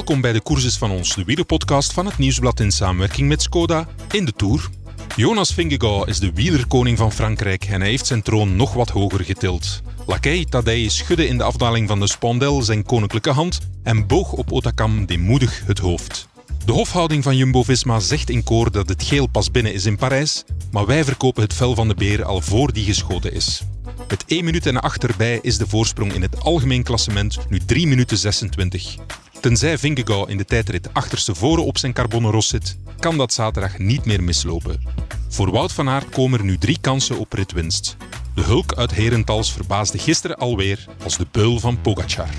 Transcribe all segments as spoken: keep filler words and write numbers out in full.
Welkom bij de Courses van ons, de wielerpodcast van het Nieuwsblad in samenwerking met Skoda in de Tour. Jonas Vingegaard is de wielerkoning van Frankrijk en hij heeft zijn troon nog wat hoger getild. Lakij Tadej schudde in de afdaling van de Spondel zijn koninklijke hand en boog op Otakam deemoedig het hoofd. De hofhouding van Jumbo-Visma zegt in koor dat het geel pas binnen is in Parijs, maar wij verkopen het vel van de beer al voor die geschoten is. Met één minuut en acht erbij is de voorsprong in het algemeen klassement nu drie minuten zesentwintig. Tenzij Vingegaard in de tijdrit achterstevoren op zijn Carbone Ros zit, kan dat zaterdag niet meer mislopen. Voor Wout van Aert komen er nu drie kansen op ritwinst. De Hulk uit Herentals verbaasde gisteren alweer als de beul van Pogačar.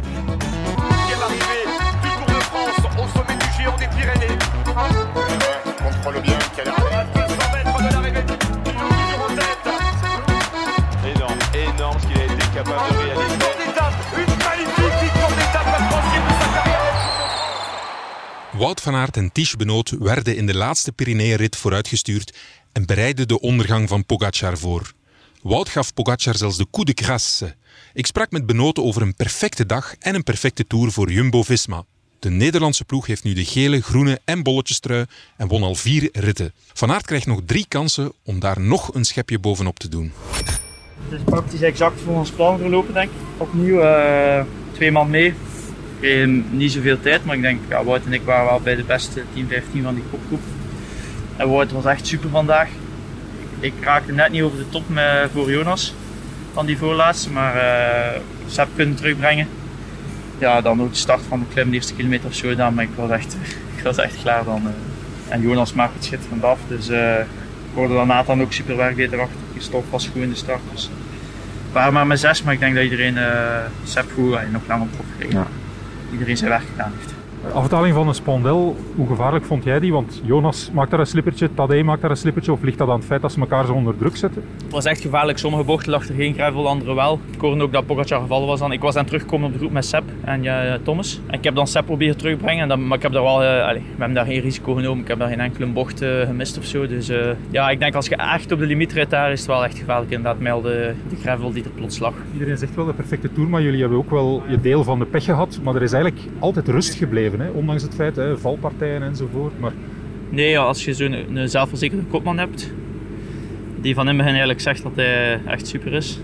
Wout van Aert en Tiesj Benoot werden in de laatste Pyreneeënrit vooruitgestuurd en bereidden de ondergang van Pogačar voor. Wout gaf Pogačar zelfs de coup de grâce. Ik sprak met Benoot over een perfecte dag en een perfecte tour voor Jumbo-Visma. De Nederlandse ploeg heeft nu de gele, groene en bolletjestrui en won al vier ritten. Van Aert krijgt nog drie kansen om daar nog een schepje bovenop te doen. Het is praktisch exact voor ons plan verlopen, denk ik. Opnieuw uh, twee man mee. Ik kreeg niet zoveel tijd, maar ik denk, ja, Wout en ik waren wel bij de beste tien vijftien van die kopgroep. En Wout was echt super vandaag. Ik raakte net niet over de top met, voor Jonas van die voorlaatste, maar uh, Sepp kunnen terugbrengen. Ja, dan ook de start van de klim, de eerste kilometer of zo dan, maar ik was echt, ik was echt klaar dan. Uh. En Jonas maakt het schitterend af, dus uh, ik hoorde dat Nathan ook super werk deed erachter. Die stop was goed in de start. Dus. We waren maar met zes, maar ik denk dat iedereen uh, Sepp goed uh, nog lang op prof gekregen. Ja. Iedereen zijn werk gedaan heeft. Afdaling van de Spondel, hoe gevaarlijk vond jij die? Want Jonas maakt daar een slippertje, Tadej maakt daar een slippertje, of ligt dat aan het feit dat ze elkaar zo onder druk zetten? Het was echt gevaarlijk. Sommige bochten lag er geen gravel, andere wel. Ik hoorde ook dat Pogačar gevallen was. Dan. Ik was aan het terugkomen op de groep met Sepp en uh, Thomas. En ik heb dan Sepp proberen terugbrengen, dan, maar ik heb daar wel, uh, allez, we hebben daar geen risico genomen. Ik heb daar geen enkele bocht uh, gemist of zo. Dus uh, ja, ik denk als je echt op de limiet rijdt, daar is het wel echt gevaarlijk inderdaad met al de, de gravel die er plots lag. Iedereen zegt wel de perfecte tour, maar jullie hebben ook wel je deel van de pech gehad. Maar er is eigenlijk altijd rust gebleven, hè? Ondanks het feit. Hè, valpartijen enzovoort. Maar... Nee, ja, als je zo'n een zelfverzekerde kopman hebt, die van in het begin eigenlijk zegt dat hij echt super is,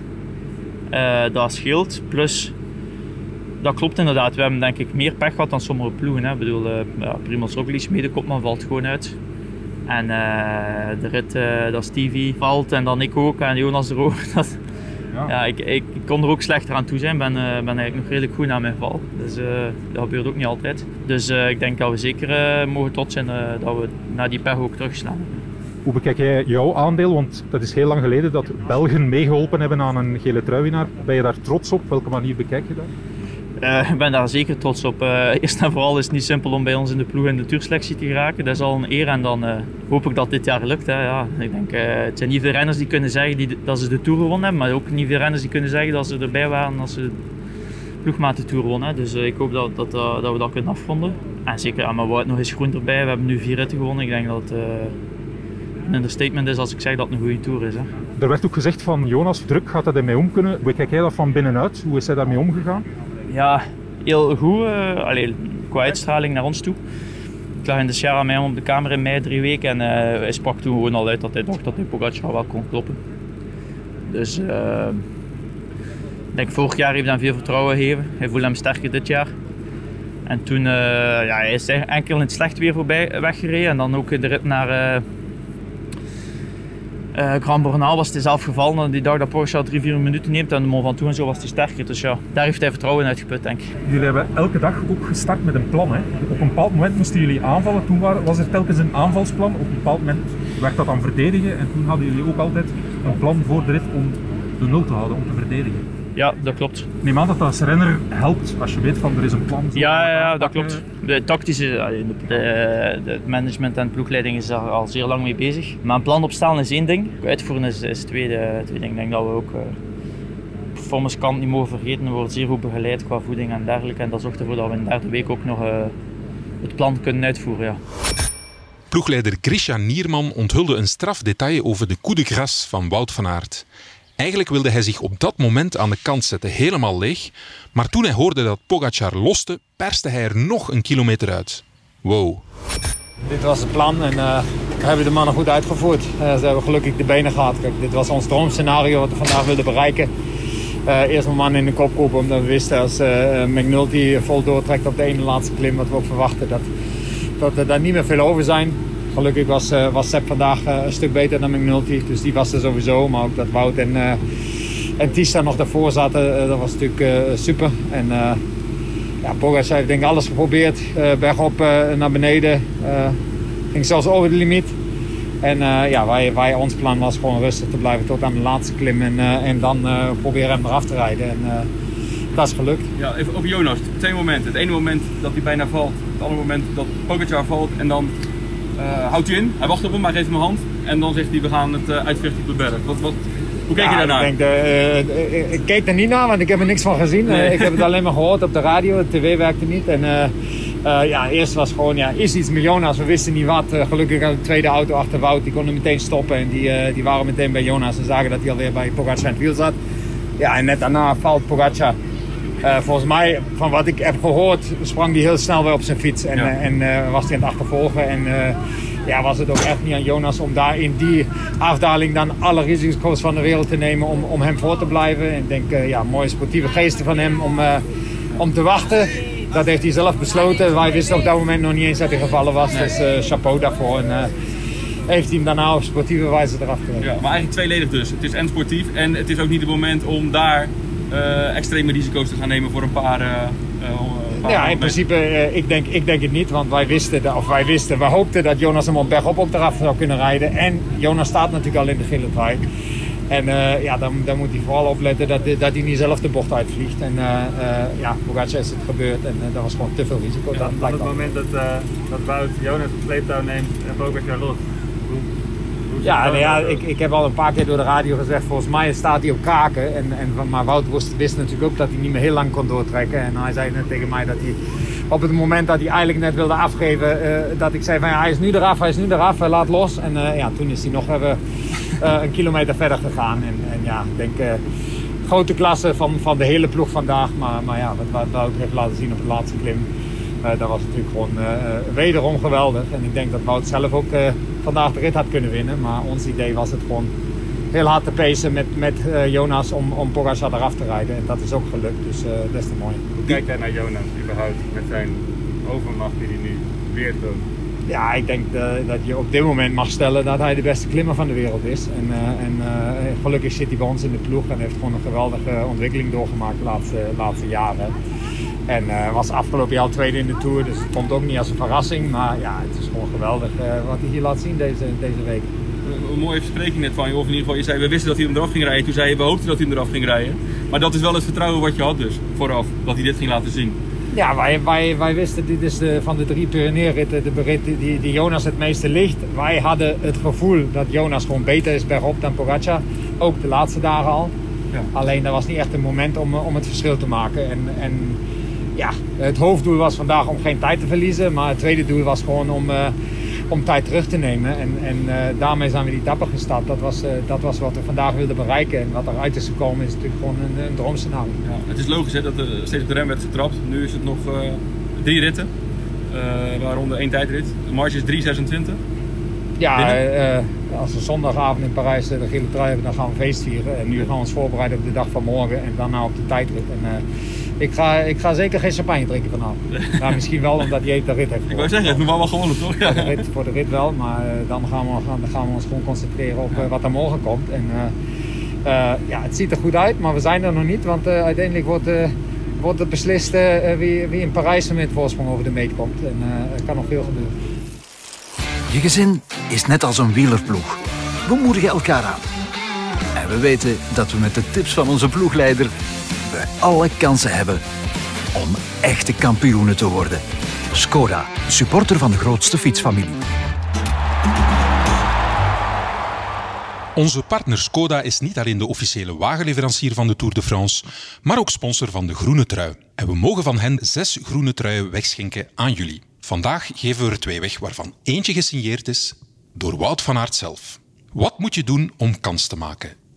uh, dat scheelt. Plus, dat klopt inderdaad, we hebben denk ik meer pech gehad dan sommige ploegen. Hè. Ik bedoel, uh, ja, Primož Roglič, mede-kopman, valt gewoon uit. En uh, de rit uh, dat Stevie valt en dan ik ook en Jonas er ook. Dat, Ja. Ja, ik, ik, ik kon er ook slechter aan toe zijn. Ik ben, uh, ben eigenlijk nog redelijk goed na mijn val. Dus uh, dat gebeurt ook niet altijd. Dus uh, ik denk dat we zeker uh, mogen trots zijn uh, dat we na die pech ook terugslaan. Hoe bekijk jij jouw aandeel? Want dat is heel lang geleden dat Belgen meegeholpen hebben aan een gele truiwinnaar. Ben je daar trots op? Op welke manier bekijk je dat? Uh, ik ben daar zeker trots op. Uh, eerst en vooral is het niet simpel om bij ons in de ploeg in de tourselectie te geraken. Dat is al een eer en dan uh, hoop ik dat dit jaar lukt. Hè. Ja, ik denk, uh, het zijn niet veel renners die kunnen zeggen die, dat ze de Tour gewonnen hebben, maar ook niet veel renners die kunnen zeggen dat ze erbij waren als ze de ploegmaat de Tour wonnen. Hè. Dus uh, ik hoop dat, dat, uh, dat we dat kunnen afronden. En zeker, ja, maar Wout nog eens groen erbij. We hebben nu vier ritten gewonnen. Ik denk dat het uh, een understatement is als ik zeg dat het een goede Tour is. Hè. Er werd ook gezegd van Jonas, druk gaat hij ermee om kunnen. Hoe bekijk jij dat van binnenuit? Hoe is hij daarmee omgegaan? Ja, heel goed. Uh, allee, qua uitstraling naar ons toe. Ik lag in de Sierra met hem op de kamer in mei drie weken en uh, hij sprak toen gewoon al uit dat hij dacht dat hij Pogačar wel kon kloppen. Dus uh, ik denk vorig jaar heeft hij hem veel vertrouwen gegeven. Hij voelde hem sterker dit jaar. En toen uh, ja, hij is enkel in het slecht weer voorbij weggereden en dan ook de rit naar uh, Uh, Grand Bornal was hij zelf gevallen. Die dag dat Pogačar drie vier minuten neemt en de Mont Ventoux en zo was hij sterker. Dus ja, daar heeft hij vertrouwen uitgeput, denk ik. Jullie hebben elke dag ook gestart met een plan. Hè? Op een bepaald moment moesten jullie aanvallen. Toen was er telkens een aanvalsplan. Op een bepaald moment werd dat dan verdedigen. En toen hadden jullie ook altijd een plan voor de rit om de nul te houden, om te verdedigen. Ja, dat klopt. Ik neem aan dat dat als renner helpt als je weet van er is een plan. Ja, ja, ja, dat klopt. De tactische, de, de management en de ploegleiding is daar al zeer lang mee bezig. Maar een plan opstellen is één ding, uitvoeren is, is het tweede, tweede ding. Ik denk dat we ook uh, performance kant niet mogen vergeten. We worden zeer goed begeleid qua voeding en dergelijke. En dat zorgt ervoor dat we in de derde week ook nog uh, het plan kunnen uitvoeren. Ja. Ploegleider Grisha Nierman onthulde een straf detail over de coup de grâce van Wout van Aert. Eigenlijk wilde hij zich op dat moment aan de kant zetten, helemaal leeg. Maar toen hij hoorde dat Pogačar loste, perste hij er nog een kilometer uit. Wow. Dit was het plan en uh, we hebben de mannen goed uitgevoerd. Uh, ze hebben gelukkig de benen gehad. Kijk, dit was ons droomscenario wat we vandaag wilden bereiken. Uh, eerst een man in de kopgroep, omdat we wisten als uh, McNulty vol doortrekt op de ene laatste klim, wat we ook verwachten, dat, dat er daar niet meer veel over zijn. Gelukkig was, uh, was Sepp vandaag uh, een stuk beter dan McNulty, dus die was er sowieso. Maar ook dat Wout en, uh, en Tista nog daarvoor zaten, uh, dat was natuurlijk uh, super. En uh, ja, Pogačar heeft denk ik alles geprobeerd, uh, bergop uh, naar beneden, uh, ging zelfs over de limiet. En uh, ja, wij, wij, ons plan was gewoon rustig te blijven tot aan de laatste klim en, uh, en dan uh, proberen hem eraf te rijden. En uh, dat is gelukt. Ja, even over Jonas. Twee momenten. Het ene moment dat hij bijna valt, het andere moment dat Pogačar valt en dan uh, houdt hij in. Hij wacht op hem, hij geeft hem een hand en dan zegt hij we gaan het uh, uitvechten op de berg. Wat, wat, hoe keek ja, je daarnaar? Ik, denk, uh, uh, ik keek er niet naar, want ik heb er niks van gezien. Nee. Uh, ik heb het alleen maar gehoord op de radio, de tv werkte niet. En, uh, Uh, ja, eerst was gewoon, ja, is iets met Jonas, we wisten niet wat. Uh, gelukkig had de tweede auto achter Wout, die konden meteen stoppen en die, uh, die waren meteen bij Jonas en zagen dat hij alweer bij Pogačar in het wiel zat. Ja, en net daarna valt Pogačar. Uh, volgens mij, van wat ik heb gehoord, sprang hij heel snel weer op zijn fiets en, ja. uh, en uh, was hij aan het achtervolgen. En uh, ja, was het ook echt niet aan Jonas om daar in die afdaling dan alle risico's van de wereld te nemen om, om hem voor te blijven. En ik denk, uh, ja, mooie sportieve geesten van hem om, uh, om te wachten. Dat heeft hij zelf besloten. Wij wisten op dat moment nog niet eens dat hij gevallen was. Nee. Dus uh, chapeau daarvoor. En uh, heeft hij hem daarna op sportieve wijze eraf gereden. Ja, maar eigenlijk tweeledig dus. Het is en sportief en het is ook niet het moment om daar uh, extreme risico's te gaan nemen voor een paar... Uh, uh, paar ja, in principe, uh, ik, denk, ik denk het niet. Want wij wisten, of wij wisten, we hoopten dat Jonas hem op bergop ook eraf zou kunnen rijden. En Jonas staat natuurlijk al in de gele trui. En uh, ja, dan, dan moet hij vooral opletten dat, dat hij niet zelf de bocht uitvliegt. En uh, uh, ja, Pogačar is het gebeurd en uh, dat was gewoon te veel risico. Ja, dan op het moment dat, uh, dat Wout Jonas op sleeptouw neemt en Pogačar los. Hoe, hoe ja, nou ja ik, ik heb al een paar keer door de radio gezegd, volgens mij staat hij op kaken. En, en, maar Wout wist, wist natuurlijk ook dat hij niet meer heel lang kon doortrekken. En hij zei net tegen mij dat hij op het moment dat hij eigenlijk net wilde afgeven, uh, dat ik zei van ja, hij is nu eraf, hij is nu eraf, hij laat los. En uh, ja, toen is hij nog even uh, een kilometer verder gegaan. En, en ja, ik denk uh, grote klasse van, van de hele ploeg vandaag. Maar, maar ja, wat Wout heeft laten zien op de laatste klim, uh, dat was natuurlijk gewoon uh, wederom geweldig. En ik denk dat Wout zelf ook uh, vandaag de rit had kunnen winnen. Maar ons idee was het gewoon heel hard te pacen met, met uh, Jonas om, om Pogačar eraf te rijden. En dat is ook gelukt, dus uh, dat is te mooi. Hoe kijkt hij naar Jonas überhaupt met zijn overmacht die hij nu weer toont? Ja, ik denk uh, dat je op dit moment mag stellen dat hij de beste klimmer van de wereld is. En, uh, en uh, gelukkig zit hij bij ons in de ploeg en heeft gewoon een geweldige ontwikkeling doorgemaakt de laatste, laatste jaren. En uh, was afgelopen jaar al tweede in de Tour, dus het komt ook niet als een verrassing. Maar ja, het is gewoon geweldig uh, wat hij hier laat zien deze, deze week. Een mooie verspreking net van je, of in ieder geval je zei we wisten dat hij hem eraf ging rijden. Toen zei je we hoopten dat hij hem eraf ging rijden. Maar dat is wel het vertrouwen wat je had dus vooraf, dat hij dit ging laten zien. Ja, wij, wij, wij wisten, dit is de, van de drie Pyrenee-ritten de rit die, die Jonas het meeste ligt. Wij hadden het gevoel dat Jonas gewoon beter is bergop dan Pogačar. Ook de laatste dagen al. Ja. Alleen dat was niet echt een moment om, om het verschil te maken. En, en ja, het hoofddoel was vandaag om geen tijd te verliezen. Maar het tweede doel was gewoon om, uh, om tijd terug te nemen. En, en uh, daarmee zijn we die etappe gestapt. Dat was, uh, dat was wat we vandaag wilden bereiken. En wat eruit is gekomen is natuurlijk gewoon een, een droomscenario. Ja, het is logisch hè, dat er steeds op de rem werd getrapt. Nu is het nog uh, drie ritten. Uh, waaronder één tijdrit. De marge is drie zesentwintig. Ja, uh, als we zondagavond in Parijs de gele trui hebben, dan gaan we feest vieren. En nu gaan we ons voorbereiden op de dag van morgen en daarna op de tijdrit. En, uh, ik, ga, ik ga zeker geen champagne drinken vanavond. Nou, misschien wel omdat Jeet de rit heeft gewonnen. Ik wou zeggen, het is nog wel gewonnen toch? Ja. Voor, de rit, voor de rit wel, maar uh, dan, gaan we, gaan, dan gaan we ons gewoon concentreren op uh, wat er morgen komt. En, uh, uh, ja, het ziet er goed uit, maar we zijn er nog niet, want uh, uiteindelijk wordt, uh, wordt het beslist uh, wie, wie in Parijs met voorsprong over de meet komt. En uh, er kan nog veel gebeuren. Je gezin is net als een wielerploeg. We moedigen elkaar aan. En we weten dat we met de tips van onze ploegleider we alle kansen hebben om echte kampioenen te worden. Škoda, supporter van de grootste fietsfamilie. Onze partner Škoda is niet alleen de officiële wagenleverancier van de Tour de France, maar ook sponsor van de Groene Trui. En we mogen van hen zes groene truien wegschenken aan jullie. Vandaag geven we er twee weg, waarvan eentje gesigneerd is door Wout van Aert zelf. Wat moet je doen om kans te maken?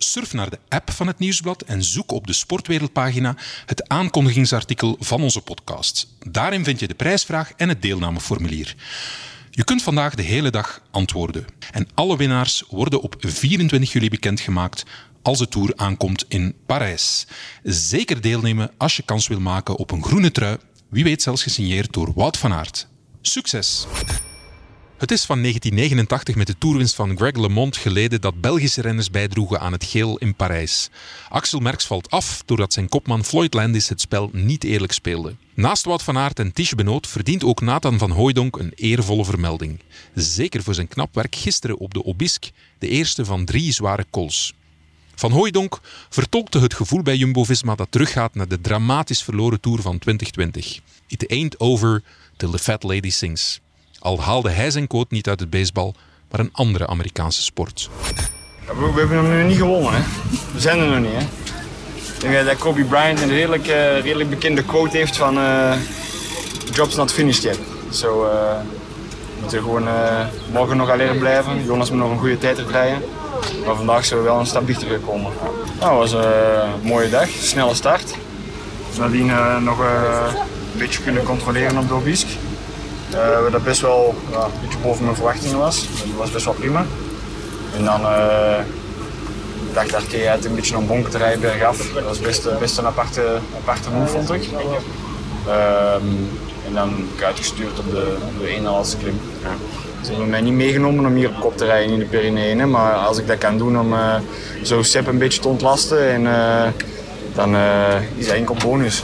Surf naar de app van het Nieuwsblad en zoek op de Sportwereldpagina het aankondigingsartikel van onze podcast. Daarin vind je de prijsvraag en het deelnameformulier. Je kunt vandaag de hele dag antwoorden. En alle winnaars worden op vierentwintig juli bekendgemaakt als de Tour aankomt in Parijs. Zeker deelnemen als je kans wil maken op een groene trui, wie weet zelfs gesigneerd door Wout van Aert. Succes! Het is van negentien negenentachtig met de toerwinst van Greg LeMond geleden dat Belgische renners bijdroegen aan het geel in Parijs. Axel Merckx valt af doordat zijn kopman Floyd Landis het spel niet eerlijk speelde. Naast Wout van Aert en Tiesj Benoot verdient ook Nathan van Hooijdonk een eervolle vermelding. Zeker voor zijn knap werk gisteren op de Obisque, de eerste van drie zware cols. Van Hooijdonk vertolkte het gevoel bij Jumbo-Visma dat teruggaat naar de dramatisch verloren Tour van twintig twintig. It ain't over till the fat lady sings. Al haalde hij zijn quote niet uit het baseball, maar een andere Amerikaanse sport. Ja, we, we hebben hem nu niet gewonnen, hè. We zijn er nog niet. Hè. Ik denk dat Kobe Bryant een redelijk, uh, redelijk bekende quote heeft van uh, job's not finished yet. So, uh, we moeten gewoon uh, morgen nog alleen blijven. Jonas moet nog een goede tijd rijden. Maar vandaag zullen we wel een stap dichterbij komen. Nou, het was uh, een mooie dag, snelle start. Nadien uh, nog uh, een beetje kunnen controleren op de Obisque. Uh, dat best wel ja, een beetje boven mijn verwachtingen was. Dat was best wel prima. En dan uh, dacht ik Arkea uit een beetje een bonk te rijden bergaf. Dat was best, best een aparte, aparte move, vond ik. Uh, en dan heb ik uitgestuurd op de, op de ene laatste klim. Ja. Ze hebben mij niet meegenomen om hier op kop te rijden in de Pyreneeën. Maar als ik dat kan doen om uh, zo Sepp een beetje te ontlasten, en, uh, dan uh, is dat enkel bonus.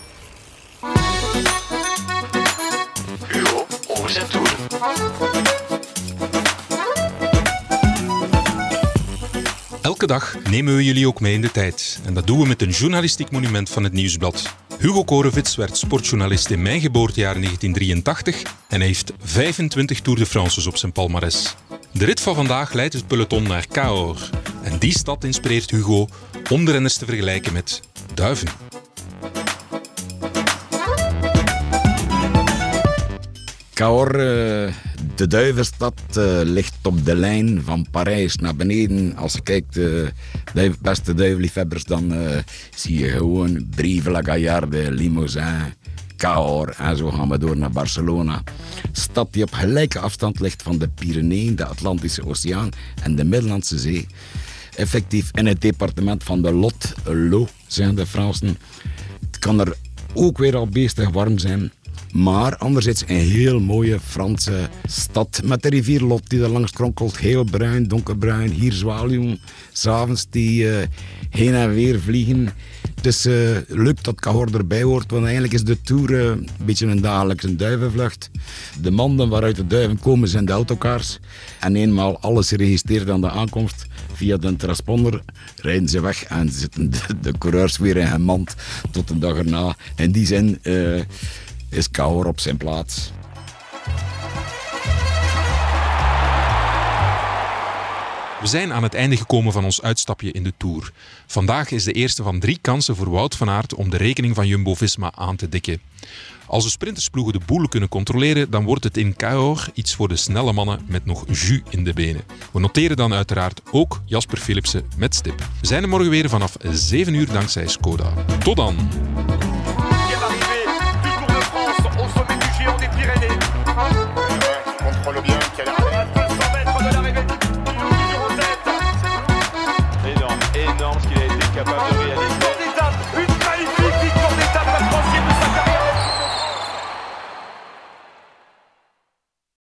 Elke dag nemen we jullie ook mee in de tijd. En dat doen we met een journalistiek monument van het Nieuwsblad. Hugo Korevics werd sportjournalist in mijn geboortejaar negentien drieëntachtig en heeft vijfentwintig Tour de France's op zijn palmares. De rit van vandaag leidt het peloton naar Cahors. En die stad inspireert Hugo om de renners te vergelijken met duiven. Cahors, de duivenstad, uh, ligt op de lijn van Parijs naar beneden. Als je kijkt, de uh, beste duivenliefhebbers, dan uh, zie je gewoon Brive-la-Gaillarde, Limousin, Cahors en zo gaan we door naar Barcelona. Stad die op gelijke afstand ligt van de Pyreneeën, de Atlantische Oceaan en de Middellandse Zee. Effectief in het departement van de Lot, Lot, zijn de Fransen. Het kan er ook weer al beestig warm zijn. Maar anderzijds een heel mooie Franse stad met de rivier Lot die er langs kronkelt. Heel bruin, donkerbruin, hier zwaluwen. 's Avonds die uh, heen en weer vliegen. Het is uh, leuk dat Cahors erbij hoort, want eigenlijk is de Tour uh, een beetje een dagelijkse duivenvlucht. De manden waaruit de duiven komen zijn de autocars. En eenmaal alles geregistreerd aan de aankomst via de transponder rijden ze weg en zitten de, de coureurs weer in hun mand tot de dag erna. In die zin Uh, is Cahors op zijn plaats. We zijn aan het einde gekomen van ons uitstapje in de Tour. Vandaag is de eerste van drie kansen voor Wout van Aert om de rekening van Jumbo-Visma aan te dikken. Als de sprintersploegen de boel kunnen controleren, dan wordt het in Cahors iets voor de snelle mannen met nog jus in de benen. We noteren dan uiteraard ook Jasper Philipsen met stip. We zijn er morgen weer vanaf zeven uur dankzij Skoda. Tot dan! Énorme, énorme ce qu'il a été capable de réaliser.